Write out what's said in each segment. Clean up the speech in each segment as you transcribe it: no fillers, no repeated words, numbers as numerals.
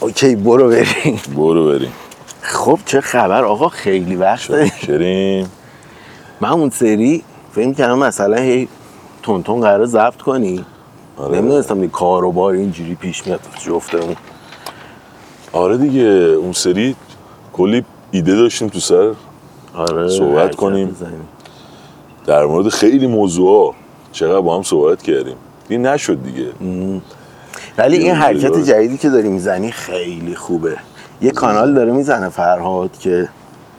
اوکی برو بریم. خب چه خبر آقا؟ خیلی وقته. شکریم. من اون سری فکر کردم مثلا هی تون قراره ضبط کنی. آره. نمیدونستم این کاروبار اینجوری پیش میاد جفتمون. آره دیگه اون سری کلی ایده داشتیم تو سر. آره صحبت کنیم در مورد خیلی موضوعا. چقدر با هم صحبت کردیم. این نشد دیگه. ولی این حرکت جدیدی که داری میزنی خیلی خوبه. یه کانال داره میزنه فرهاد که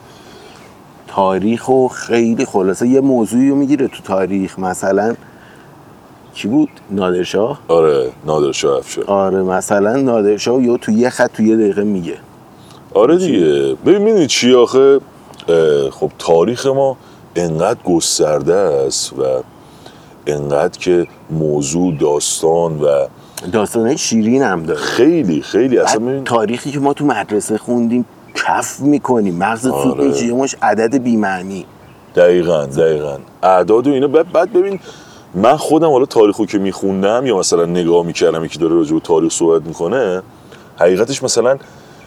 تاریخ و خیلی خلاصه یه موضوعی رو میگیره تو تاریخ. مثلا کی بود؟ نادرشاه. آره نادرشاه افشار. آره مثلا نادرشاه یا تو یه خط تو یه دقیقه میگه. آره دیگه ببینید چی آخه. خب تاریخ ما انقدر گسترده است و انقدر که موضوع داستان و داستانه شیرین هم داره. خیلی خیلی اصلا تاریخی که ما تو مدرسه خوندیم کف میکنیم مغزت سود میشه یه مش عدد بی‌معنی. دقیقاً اعداد و اینا. بعد ببین من خودم حالا تاریخو که میخوندم یا مثلا نگاه میکردم یکی داره راجع به تاریخ صحبت میکنه، حقیقتش مثلا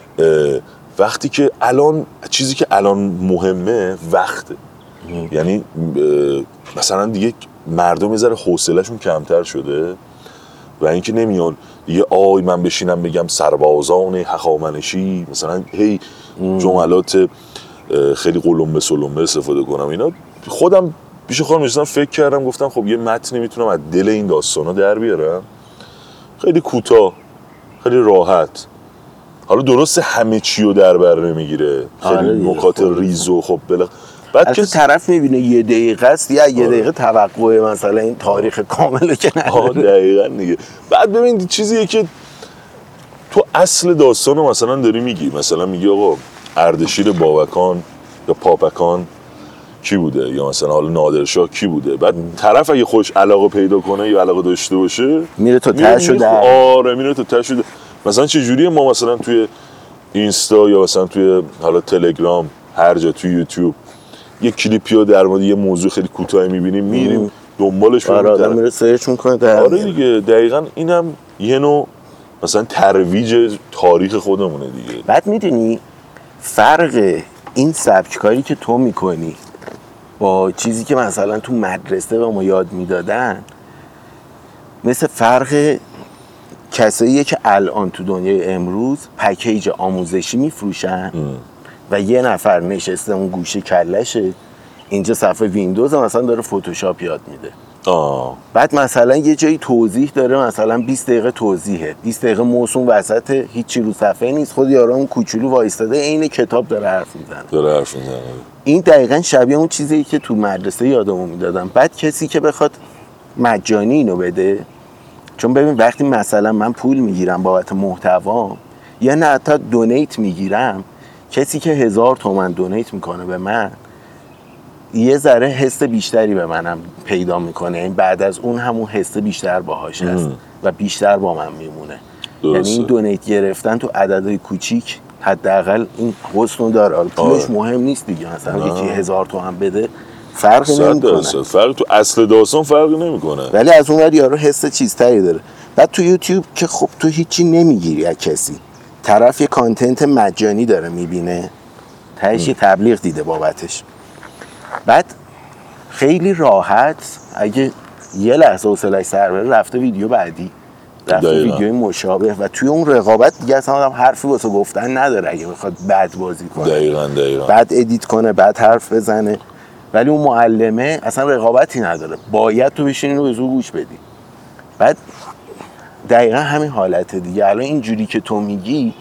وقتی که الان چیزی که الان مهمه وقته. یعنی مثلا دیگه مردم یه ذره حوصله‌شون کمتر شده و اینکه نمیان دیگه من بشینم بگم سربازان هخامنشی مثلا هی جملات خیلی قلمبه سلمبه استفاده کنم. اینا خودم پیش خودم نشستم فکر کردم گفتم خب یه متنی میتونم از دل این داستانا در بیارم خیلی کوتاه خیلی راحت. حالا درسته همه چی رو در بر نمیگیره خیلی نکات ریز و خب بعد که طرف میبینه یه دقیقه است یا یه دقیقه توقع مثلا این تاریخ کامل که نداره. دقیقاً دیگه. بعد ببین چیزیه که تو اصل داستانو مثلا داری میگی، مثلا میگی آقا اردشیر بابکان یا پاپکان کی بوده یا مثلا حالا نادرشاه کی بوده. بعد طرف اگه خوش علاقه پیدا کنه یا علاقه داشته باشه میره تو تهش شده. آره میره تو تهش شده. مثلا چه جوریه ما مثلا توی اینستا یا مثلا توی حالا تلگرام هر جا توی یوتیوب یه کلیپیو در مورد یه موضوع خیلی کوتاه می‌بینیم میریم دنبالش آدم میره سرچ می‌کنه. آره دیگه دقیقاً اینم یه نوع مثلا ترویج تاریخ خودمونه دیگه. بعد میدونی فرق این سبک کاری که تو میکنی با چیزی که مثلا تو مدرسه به ما یاد میدادن مثل فرق کساییه که الان تو دنیای امروز پکیج آموزشی میفروشن و یه نفر نشسته اون گوشه کلشه اینجا صفحه ویندوز مثلا داره فتوشاپ یاد میده. بعد مثلا یه جایی توضیح داره مثلا 20 دقیقه توضیحه 20 دقیقه موسوم وسط هیچی رو صفحه نیست خود یارو اون کوچولو وایستاده عین کتاب داره حرف میزنه. این دقیقاً شبیه اون چیزیه که تو مدرسه یادمون میدادم. بعد کسی که بخواد مجانی اینو بده، چون ببین وقتی مثلا من پول میگیرم بابت محتوا یا نه حتی دونیت میگیرم، کسی که 1000 تومان دونیت میکنه به من یه ذره حس بیشتری به منم پیدا میکنه. این بعد از اون همون حس بیشتر باهاش هست و بیشتر با من میمونه. یعنی این دونیت گرفتن تو عددهای کوچیک حداقل این حسن داره. پولش مهم نیست دیگه. مثلا یکی 1000 تومان بده فرقی نمیکنه. فرق تو اصل داستان فرقی نمیکنه. ولی از اون ور یارو حس چیزتری داره. بعد تو یوتیوب که خب تو هیچی نمیگیری از کسی. طرف یه کانتنت مجانی داره میبینه تهش یه تبلیغ دیده بابتش. بعد خیلی راحت اگه یه لحظه حوصله‌اش سر بره رفته ویدیو بعدی رفته ویدیوی مشابه و توی اون رقابت دیگه اصلا آدم حرفی واسه گفتن نداره اگه بخواد بد بازی کنه. دقیقاً. بعد ادیت کنه بعد حرف بزنه. ولی اون معلمه اصلا رقابتی نداره. باید تو بشینی رو به زور گوش بدی. بعد دقیقا همین حالته دیگه. الان اینجوری که تو میگی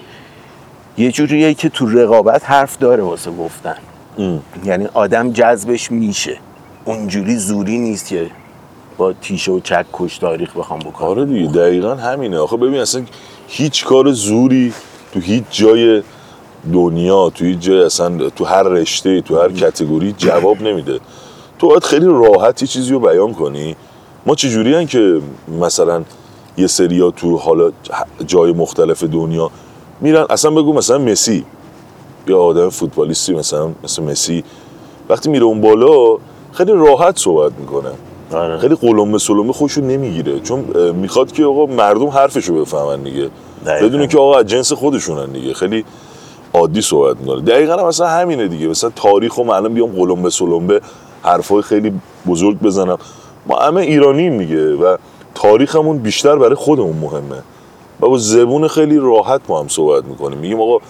یه جوریه که تو رقابت حرف داره واسه گفتن. یعنی آدم جذبش میشه. اونجوری زوری نیست که با تیشه و چکش تاریخ بخوام بکنم. آره دیگه دقیقاً همینه. آخه ببین اصلا هیچ کار زوری تو هیچ جای دنیا تو هیچ جای اصلا تو هر رشته تو هر کاتگوری جواب نمیده. تو باید خیلی راحت یه چیزی رو بیان کنی. ما چجوری هن که مثلا یه سریا تو حالا جای مختلف دنیا میرن اصلا بگو مثلا مسی یا آدم فوتبالیستی مثلا مثل مسی وقتی میره اون بالا خیلی راحت صحبت میکنه. خیلی قلمبه سلمبه خوشو نمیگیره چون میخواد که آقا مردم حرفشو بفهمن دیگه. بدون که آقا از جنس خودشونن دیگه، خیلی عادی صحبت میکنه. دقیقاً مثلا همینه دیگه. مثلا تاریخو من الان بیام قلمبه سلمبه حرفای خیلی بزرگ بزنم، ما همه ایرانیم دیگه و تاریخمون بیشتر برای خودمون مهمه و با زبون خیلی راحت ما هم صحبت میکنیم، میگیم آقا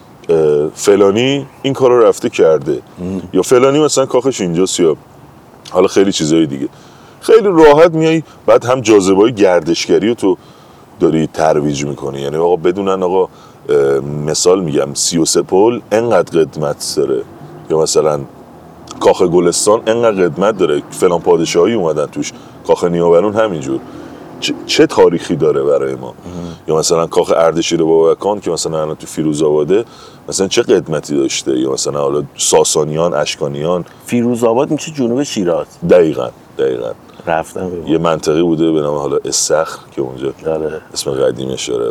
فلانی این کارو رفته کرده یا فلانی مثلا کاخش اینجاست یا حالا خیلی چیزای دیگه. خیلی راحت میای بعد هم جاذبه‌های گردشگری رو تو داری ترویج میکنی. یعنی آقا بدونن آقا مثال میگم 33 پل انقدر قدمت داره یا مثلا کاخ گلستان انقدر قدمت داره، فلان پادشاهی اومدن توش، کاخ نیاورون همینجور. چه تاریخی داره برای ما؟ یا مثلا کاخ اردشیر بابکان که مثلا الان تو فیروزآباده مثلا چه قدمتی داشته، یا مثلا حالا ساسانیان، اشکانیان. فیروزآباد میشه جنوب شیراز. دقیقاً رفتم یه منطقه بوده به نام حالا استخر که اونجا داره اسم قدیمش داره.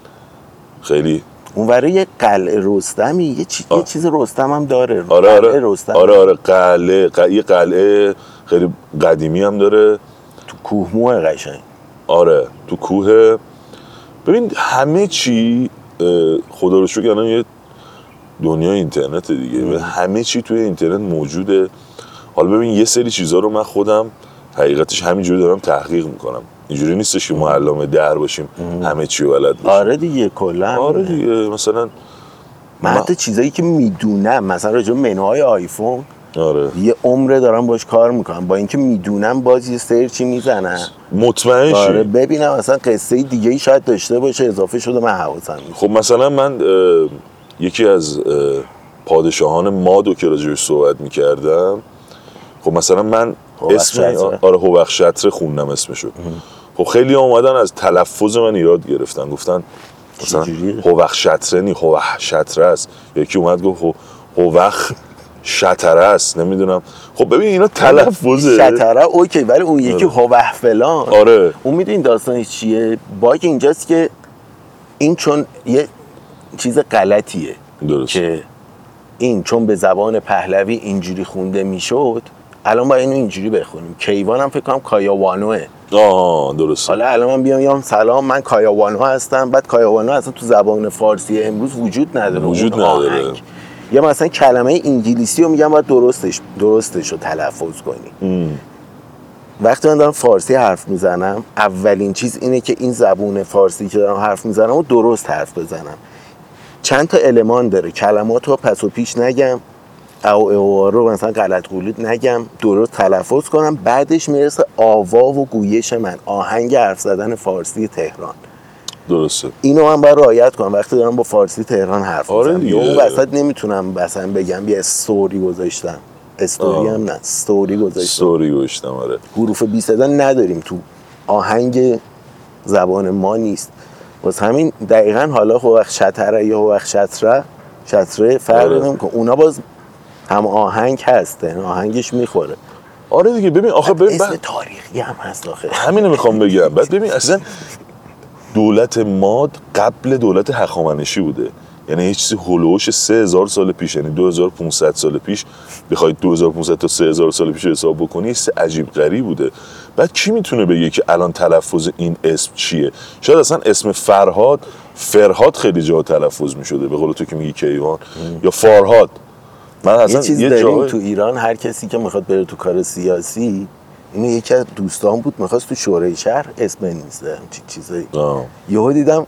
خیلی اونوره یه قلعه رستمی یه چیز رستم هم داره. آره رستم. آره یه قلعه خیلی قدیمی هم داره تو کوه موه قشنگ. آره تو کوه. ببین همه چی خدا رو شکر الان یه دنیای اینترنت دیگه، همه چی توی اینترنت موجوده. حالا ببین یه سری چیزا رو من خودم حقیقتش همینجوری دارم تحقیق میکنم، اینجوری نیستش که ما علامه در باشیم همه چی رو بلد باشیم. آره دیگه کلا. آره دیگه مثلا من حتی چیزایی که میدونم مثلا راجع به منوهای آیفون آره یه عمره دارم باش کار میکنم، با اینکه میدونم باز یه سرچی میزنم مطمئن شی. آره ببینم مثلا قصه دیگه ای شاید داشته باشه اضافه شده من حواسم نیست. خب مثلا من یکی از پادشاهان مادو که راجعش صحبت میکردم، خب مثلا من اسم هوبخشتره خوندم اسمشو. خب خیلی اومدن از تلفظ من ایراد گرفتن، گفتن مثلا هوبخشتره نی هوبخشتره است، یکی اومد گفت هوبخ شتره است، نمیدونم. خب ببین اینا تلفظه. شتره اوکی، ولی اون یکی هوبخ فلان. آره اون میدونی داستانش چیه؟ باگ اینجاست که این چون یه چیز غلطیه درست که این چون به زبان پهلوی اینجوری خونده میشد الان باید اینو اینجوری بخونیم. کیوان هم فکر کنم کایاوانوه. درست. حالا الان من بیام سلام من کایاوانو هستم، بعد کایاوانو اصلا تو زبان فارسی امروز وجود نداره. یا مثلا کلمه انگلیسی رو میگم باید درستش رو تلفظ کنی. وقتی من دارم فارسی حرف میزنم اولین چیز اینه که این زبون فارسی که دارم حرف میزنم رو درست حرف بزنم. چند تا المان داره، کلمات رو پس و پیش نگم، او رو مثلا غلط غلط نگم، درست تلفظ کنم. بعدش میرسه آوا و گویش من، آهنگ حرف زدن فارسی تهران. درسته. اینو من باید رعایت کنم وقتی دارم با فارسی تهران حرف میزنم. آره اون وسط نمیتونم مثلا بگم یه استوری گذاشتم. استوری هم نه، استوری گذاشتم. آره. حروف بی صدا نداریم تو آهنگ زبان ما نیست. واسه همین دقیقاً حالا هوبخ شتره یا هوبخ شتره فرق نمیکنه. اونا باز هم آهنگ هسته، آهنگش میخوره. آره دیگه. ببین آخه اسم تاریخی هم هست آخه. همینو میخوام بگم. بعد ببین اصلا دولت ماد قبل دولت هخامنشی بوده، یعنی یه چیزی هولوش 3000 سال پیش، یعنی 2500 سال پیش بخواید 2500 تا 3000 سال پیش حساب بکنی یه چیز عجیب غریب بوده. بعد کی میتونه بگه که الان تلفظ این اسم چیه؟ شاید اصلا اسم فرهاد خیلی جا تلفظ میشده به قول تو که میگی کیوان یا فارهاد. من اصلا یه چیز داریم تو ایران، هر کسی که میخواد بره تو کار سیاسی، اینو یکی از دوستان بود میخواست تو شورای شهر اسم بنویسه چیزایی. یهو دیدم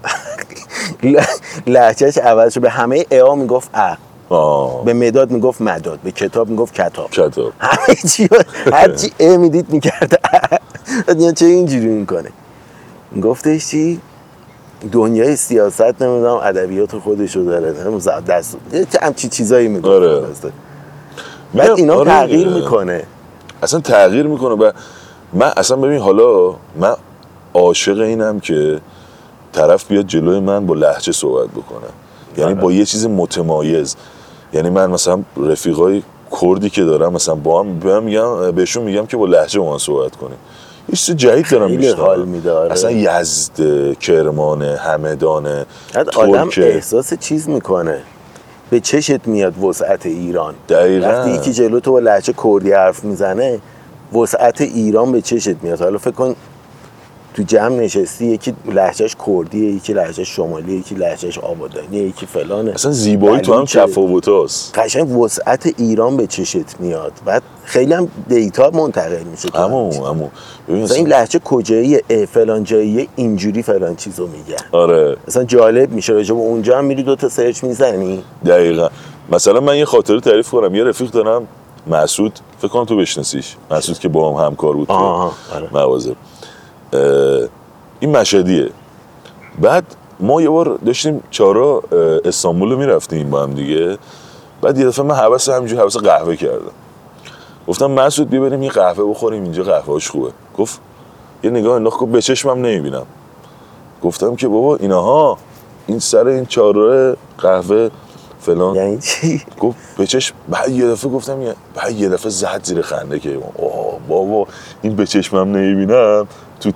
لهجهش عوض شد، به همه اعا میگفت به مداد میگفت مداد، به کتاب میگفت کتاب. همه چی هر چی میدید میکرد. دنیا چه اینجوری میکنه؟ گفتش چی؟ دنیای سیاست نمیدونم ادبیات خودشو داره، دست همچی چیزایی میگفت. بعد اینا تغییر میکنه، اصلا تغییر میکنه. و من اصلا ببین حالا من عاشق اینم که طرف بیاد جلوی من با لهجه صحبت بکنه، یعنی با یه چیز متمایز. یعنی من مثلا رفیقای کردی که دارم مثلا با هم میگم، بهشون میگم که با لهجه با من صحبت کنی. یه چیز جدید دارم میشنم. اصلا یزد، کرمان، همدان، آدم احساس چیز میکنه، به چشت میاد وسعت ایران. دقیقاً. وقتی یکی جلو تو با لهجه کردی حرف میزنه وسعت ایران به چشت میاد. حالا فکر کن تو جمع نشستی یکی لهجهش کردیه، یکی لهجهش شمالیه، یکی لهجهش آبادانیه، یکی فلانه. اصلا زیبایی تو هم تفاوتاست. قشنگ وسعت ایران به چشت میاد. بعد خیلی هم دیتا منتقل میشه. اما ببین این لهجه کجاییه، فلان جاییه، اینجوری فلان چیزو میگن. آره مثلا جالب میشه راجع به اونجا هم میری 2 تا سرچ میزنی. دقیقاً. مثلا من یه خاطره تعریف کنم. یه رفیق دارم مسعود، فکر کنم تو بشناسیش، مسعود که با هم همکار بود تو مغازه. این مشهدیه. بعد ما یه بار داشتیم چارا استانبول رو میرفتیم با هم دیگه. بعد یه دفعه من حوس قهوه کردم. گفتم مسعود بیا بریم یه قهوه بخوریم اینجا، قهوه‌اش خوبه. گفت یه نگاه انداخت، گفت به چشمم نمیبینم. گفتم که بابا اینها این سر این چارا قهوه فلان یعنی چی؟ گفت به چشم. بعد یه دفعه گفتم بعد یه دفعه زد زیر خنده که بابا این به چشمم نمیبینم تو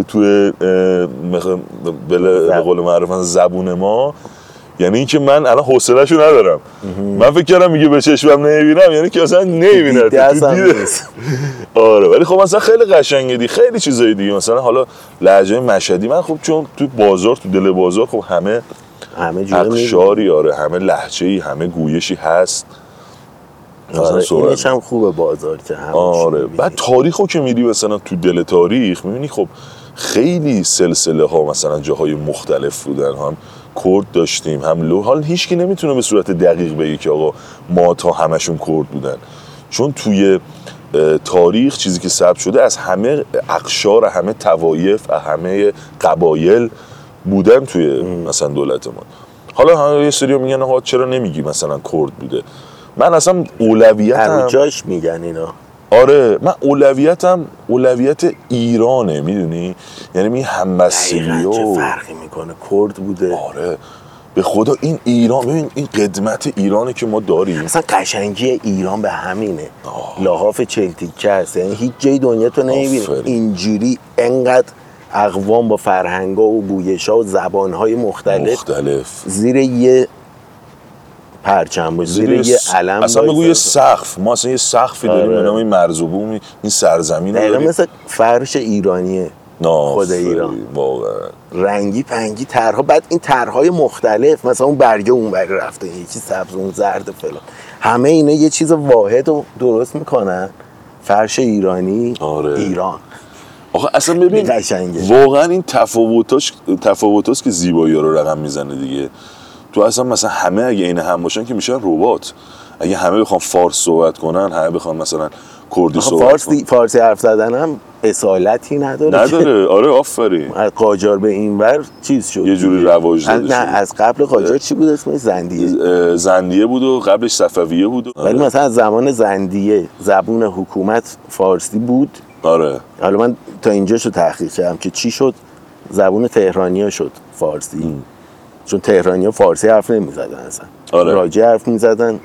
به قول معروف زبون ما، یعنی این که من الان حوصله‌شو ندارم. من فکر کردم میگه به چشمم نمیبینم یعنی که اصلا نمیبینه تو دیده. آره ولی خب مثلا خیلی قشنگه دی، خیلی چیزای دیگه. مثلا حالا لهجه مشهدی من خب چون تو بازار، تو دل بازار، خب همه اقشاری، آره همه لهجه‌ای، همه گویشی هست. آره اینش هم خوبه بازار که همه. آره بعد تاریخو که میری مثلا تو دل تاریخ میبینی خب خیلی سلسله ها مثلا جاهای مختلف بودن، هم کرد داشتیم هم لور. حالا هیچ کی نمیتونه به صورت دقیق بگه که آقا ما تا همشون کرد بودن، چون توی تاریخ چیزی که ثبت شده از همه اقشار، همه طوایف، همه قبایل بودن توی مثلا دولت ما. حالا یه سری میگن آقا چرا نمیگی مثلا کرد بوده. من اصلا اولویتم جاش میگن اینا. آره من اولویت ایرانه، میدونی، یعنی می همبستگی و چه فرقی میکنه کرد بوده. آره به خدا این ایران، ببین این قدمت ایرانه که ما داریم. اصلا قشنگی ایران به همینه. لحاف چلتیکه هست، یعنی هیچ جای دنیا تو نمیبینی اینجوری انقدر اقوام با فرهنگا و گویش‌ها و زبان‌های مختلف زیر یه پرچم باشه، زیر یه علم. اصلا بگو یه سقف، ما اصلا یه سقفی داریم به نام این مرز و بوم، این سرزمین رو داریم. مثل فرش ایرانیه خود ایران، واقعا رنگی پنگی طرح‌ها. بعد این طرح‌های مختلف، مثلا اون برگه اون برگه رفته، یکی سبز اون زرد فلان، همه اینا یه چیز واحد رو درست میکنن. فرش ایرانی. ایران آخه اصلا ببین واقعا این تفاوتاش که زیبایی‌ها رو رقم میزنه دیگه. تو اصلا مثلا همه اگه این هم باشن که میشن ربات. اگه همه بخوام فارس صحبت کنن، همه بخوام مثلا کردی صحبت کنن، فارسی حرف زدن هم اصالتی نداره. آره آفرین. از قاجار به اینور چیز شد، یه جوری رواج داده شد. نه از قبل قاجار چی بود اسمش؟ زندیه بود و قبلش صفویه بود. ولی مثلا از زمان زندیه زبون حکومت فارسی بود. آره حالا من تا اینجاشو تحقیق کردم که چی شد، زبون تهرانی‌ها شد فارسی. چون تهرانی‌ها فارسی حرف نمی‌زدن اصلا. راجع حرف می‌زدن،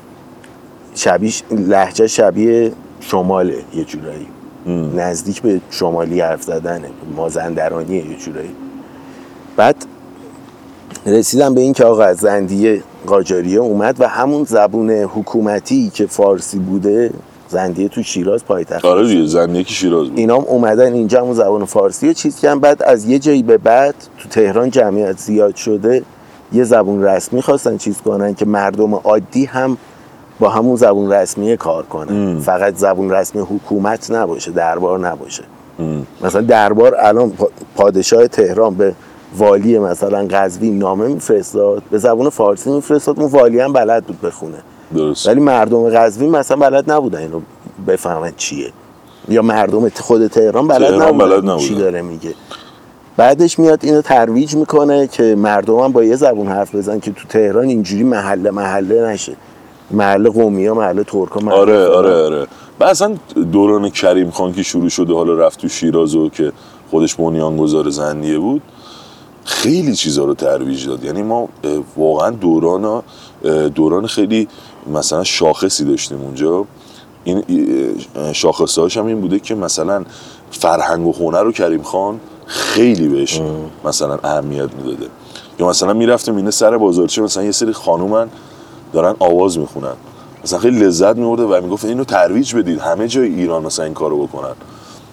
لهجه شبیه شماله، یه جورایی نزدیک به شمالی حرف زدنه، مازندرانیه یه جورایی. بعد رسیدم به این که آقا از زندیه قاجاریه اومد و همون زبون حکومتی که فارسی بوده، زندیه تو شیراز پایتخت. آره دیگه زندیه که شیراز بود. اینا هم اومدن اینجا همون زبان فارسی رو چیز کردن. بعد از یه جایی به بعد تو تهران جمعیت زیاد شده، یه زبون رسمی خواستن چیز کنن که مردم عادی هم با همون زبون رسمی کار کنن. فقط زبون رسمی حکومت نباشه، دربار نباشه. مثلا دربار الان پادشاه تهران به والی مثلا قزوین نامه میفرستاد، به زبون فارسی میفرستاد، اون والی هم بلد بود بخونه. درست. ولی مردم قزوین مثلا بلد نبودن اینو بفهمن چیه، یا مردم خود تهران بلد نبودن چی داره میگه. بعدش میاد اینو ترویج میکنه که مردم هم با یه زبون حرف بزنن که تو تهران اینجوری محله نشه، محله قومی‌ها، محله ترک‌ها. آره. بعد اصلا دوران کریم خان که شروع شده، حالا رفت تو شیرازو که خودش بنیانگذار زندیه بود، خیلی چیزا رو ترویج داد. یعنی ما واقعا دوران خیلی مثلا شاخصی داشتیم اونجا. این شاخصهاش هم این بوده که مثلا فرهنگ و هنر رو کریم خان خیلی بهش مثلا اهمیت میداده. یا مثلا میرفتیم اینه سر بازارچه، مثلا یه سری خانومن دارن آواز میخونن، مثلا خیلی لذت میبرده و میگفت اینو ترویج بدید، همه جای ایران مثلا این کارو بکنن.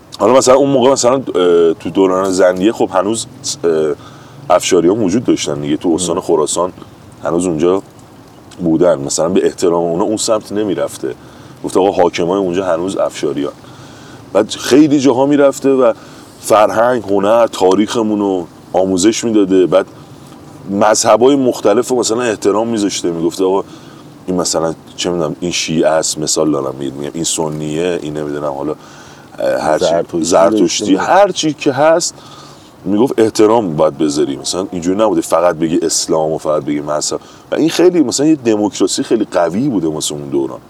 حالا مثلا اون موقع مثلا تو دوران زندیه خب هنوز افشاریان وجود داشتن دیگه، تو استان خراسان هنوز اونجا بودن، مثلا به احترام اونا اون سمت نمیرفته، گفت آقا حاکمای اونجا هنوز افشاریان. بعد خیلی جاها میرفته و فرهنگ، هنر، تاریخمون رو آموزش میداده، بعد مذهبای مختلف رو مثلا احترام میذاشته، میگفته آقا این مثلا چه میدونم این شیعه است، مثال دارم میگم این سنیه، این نمیدونم حالا هر زرتشتی هر چی که هست، میگفت احترام باید بذاری، مثلا اینجوری نبوده فقط بگی اسلام و فقط بگی مذهب. و این خیلی مثلا یه دموکراسی خیلی قوی بوده مثلا اون دوران.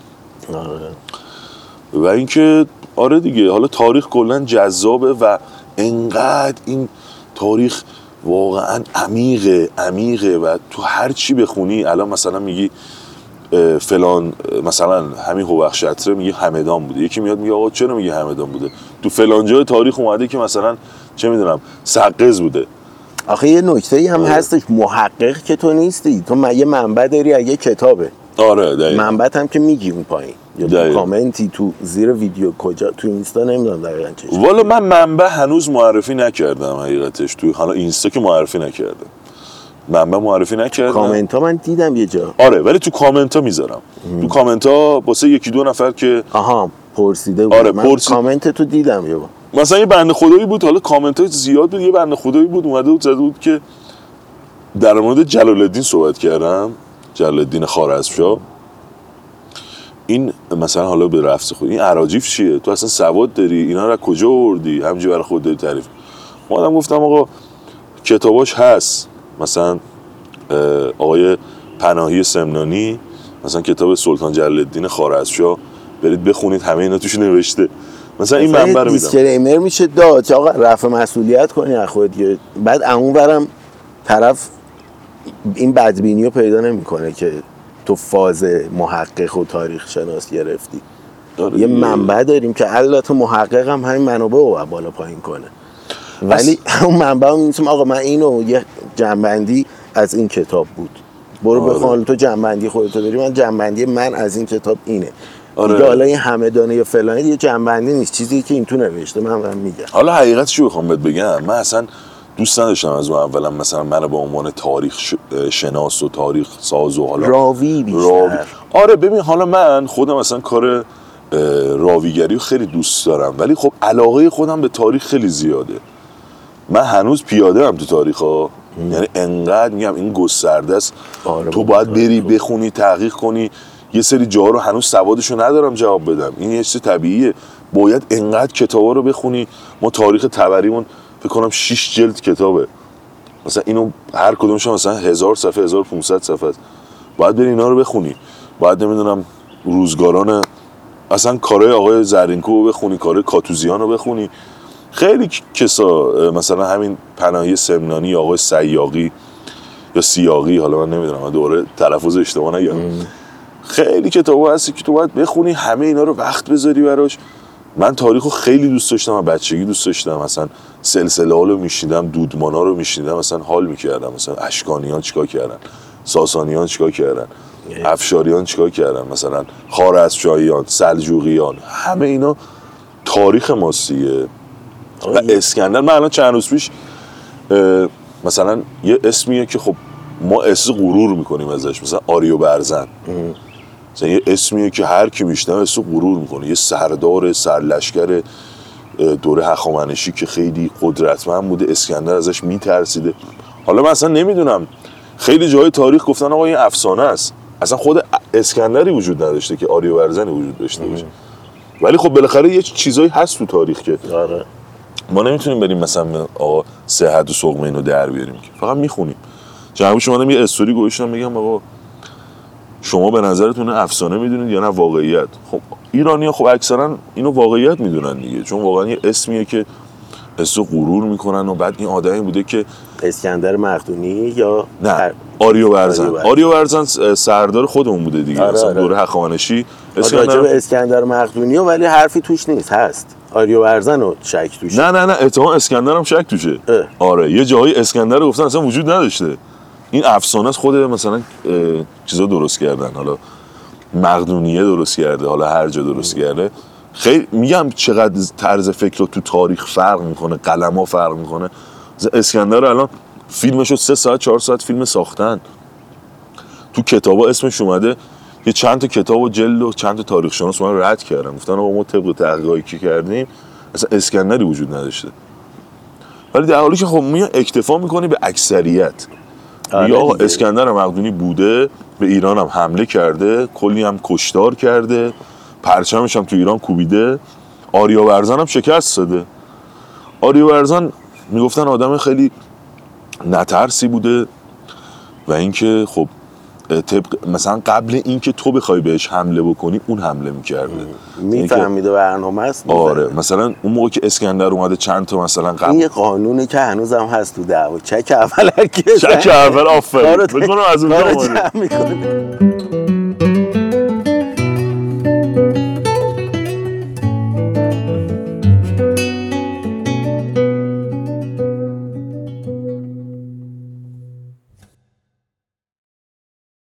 و اینکه آره دیگه، حالا تاریخ کلا جذابه و انقدر این تاریخ واقعا عمیقه و تو هر چی بخونی، الان مثلا میگی فلان، مثلا همین هوخشتره میگه همدان بوده، یکی میاد میگه آقا چرا میگه همدان بوده، تو فلان جای تاریخ اومده که مثلا چه میدونم سقز بوده. آخه یه نکته‌ای هم هستش، محقق که تو نیستی، تو یه منبع داری، یه کتابه. آره دقیقاً. منبعت هم که میگی اون پایین یا تو کامنتی تو زیر ویدیو کجا، تو اینستا نمیدونم دقیقاً چه. والا من منبع هنوز معرفی نکردم حقیقتش، تو حالا اینستا که معرفی نکردم، منبع معرفی نکردم. کامنت ها من دیدم یه جا. آره ولی تو کامنت ها میذارم. تو کامنت ها واسه یکی دو نفر که پرسیده بود. آره من کامنت تو دیدم یه بار. مثلا یه بنده خدایی بود، حالا کامنت های زیاد بود، یه بنده خدایی بود اومده بود زده بود که در مورد جلال الدین صحبت کردم، جلال الدین خوارزمشاه. این مثلا حالا به رفض خود این اراجیف چیه؟ تو اصلا سواد داری؟ اینا رو کجا آوردی؟ همینجوری برای خود داری تعریف. ما گفتم آقا کتاباش هست، مثلا آقای پناهی سمنانی مثلا کتاب سلطان جلال الدین خوارزمشاه برید بخونید، همه اینا توش نوشته. مثلا این منبع رو میدم. دیسکلیمر میشه داد آقا رفع مسئولیت کنی از خودت، بعد اونورم طرف این بدبینی رو پیدا نمیکنه که تو فاز محقق و تاریخ شناس گرفتی. یه منبع داریم که البته محقق هم همین منابع رو بالا پایین کنه، ولی اون منبع رو می‌نویسیم آقا من اینو یه جنبندی از این کتاب بود، برو بخون. تو جنبندی خودتو داری، من جنبندی من از این کتاب اینه. دیگه حالا این همدانه یا فلانه یه جنبندی نیست، چیزی که این تو نوشته من میگم. حالا حقیقتشو بخوام بهت بگم، من اصلا دوست نداشتم از اون اولا مثلا من به عنوان تاریخ شناس و تاریخ ساز و حالا راوی بیشتر. آره ببین حالا من خودم مثلا کار راویگری رو خیلی دوست دارم، ولی خب علاقه خودم به تاریخ خیلی زیاده. من هنوز پیاده هم تو تاریخ ها، یعنی انقدر میگم این گسترده است. تو باید بری بخونی، تحقیق کنی. یه سری جاها رو هنوز سوادشو ندارم جواب بدم، این یه چیز طبیعیه. باید انقدر کتابا رو بخونی. ما تاریخ تبریمون فکر کنم 6 جلد کتابه، مثلا اینو هر کدومش مثلا 1000 صفحه 1500 صفحه است. باید بری اینا رو بخونی. باید نمیدونم روزگاران اصلا کارهای آقای زرینکو رو بخونی، کارهای کاتوزیان رو بخونی. خیلی کسا مثلا همین پناهی سمنانی، آقای سیاقی یا سیاقی، حالا من نمیدونم دوره تلفظ اشتباه نگم، خیلی کتابا هستی که تو باید بخونی، همه اینا رو وقت بذاری براش. من تاریخو خیلی دوست داشتم، من بچگی دوست داشتم، مثلا سلسله ها رو میشنیدم، دودمانا رو میشنیدم، مثلا حال میکردم، مثلا اشکانیان چیکار کردن، ساسانیان چیکار کردن، افشاریان چیکار کردن، مثلا خوارزمشاهیان، سلجوقیان، همه اینا تاریخ ماستیه. و اسکندر، من الان چند روز پیش مثلا یه اسمیه که خب ما احساس غرور میکنیم ازش، مثلا آریو برزن، مثلا یه اسمیه که هر کی میشنوه احساس غرور میکنه، یه سردار سرلشکر دوره هخامنشی که خیلی قدرتمند بوده، اسکندر ازش میترسیده. حالا من اصلا نمیدونم، خیلی جای تاریخ گفتن آقا این افسانه است، اصلا خود اسکندری وجود نداشته که آریو برزنی وجود داشته باشه. ولی خب بالاخره یه چیزایی هست تو تاریخ که ما نمیتونیم بریم مثلا آقا صحت و سقم اینو در بیاریم، که فقط میخونیم. جنبش اومدم یه استوری گوشتم میگم آقا شما به نظرتون افسانه میدونید یا نه واقعیت؟ خب ایرانی‌ها خب اکثرا اینو واقعیت میدونن دیگه، چون واقعا یه اسمیه که حس غرور میکنن. و بعد این آدمی بوده که اسکندر مقدونی یا نه آریو برزن سردار خودمون بوده دیگه، مثلا دوره هخامنشی. راجع به اسکندر مقدونی ولی حرفی توش نیست، هست آریو برزن رو شک توشه. نه احتمال اسکندر هم شک توشه. آره یه جایی اسکندر رو گفتن اصلا وجود نداشته، این افسانه است. خود مثلا چیزا درست کردن، حالا مقدونیه درست کرده، حالا هر جا درست کرده، خیلی میگم چقدر طرز فکر رو تو تاریخ فرق میکنه، قلم‌ها فرق میکنه. اسکندر الان فیلمشو 3 ساعت 4 ساعت فیلم ساختن. تو کتابا اسمش اومده، یه چند تا کتاب و جلد و چند تا تاریخ شناس اومدن رد کردن، گفتن آقا ما طبق تحقیقاتی که کردیم اصلا اسکندری وجود نداشته. ولی در حالی که خب میاد اکتفا میکنی به اکثریت. میگه آقا اسکندر مقدونی بوده، به ایران هم حمله کرده، کلی هم کشتار کرده، پرچمش هم تو ایران کوبیده، آریاورزن هم شکست داده. آریاورزن میگفتن آدم خیلی نترسی بوده و اینکه خب طبق مثلا قبل اینکه تو بخوای بهش حمله بکنی اون حمله میکرده، میفهمیده برنامه است. آره مثلا اون موقع که اسکندر اومده چند تا مثلا قبل، این یه قانونه که هنوزم هست تو دعوا، چک اول چک اول آفرین بکنم از اونجا اومده.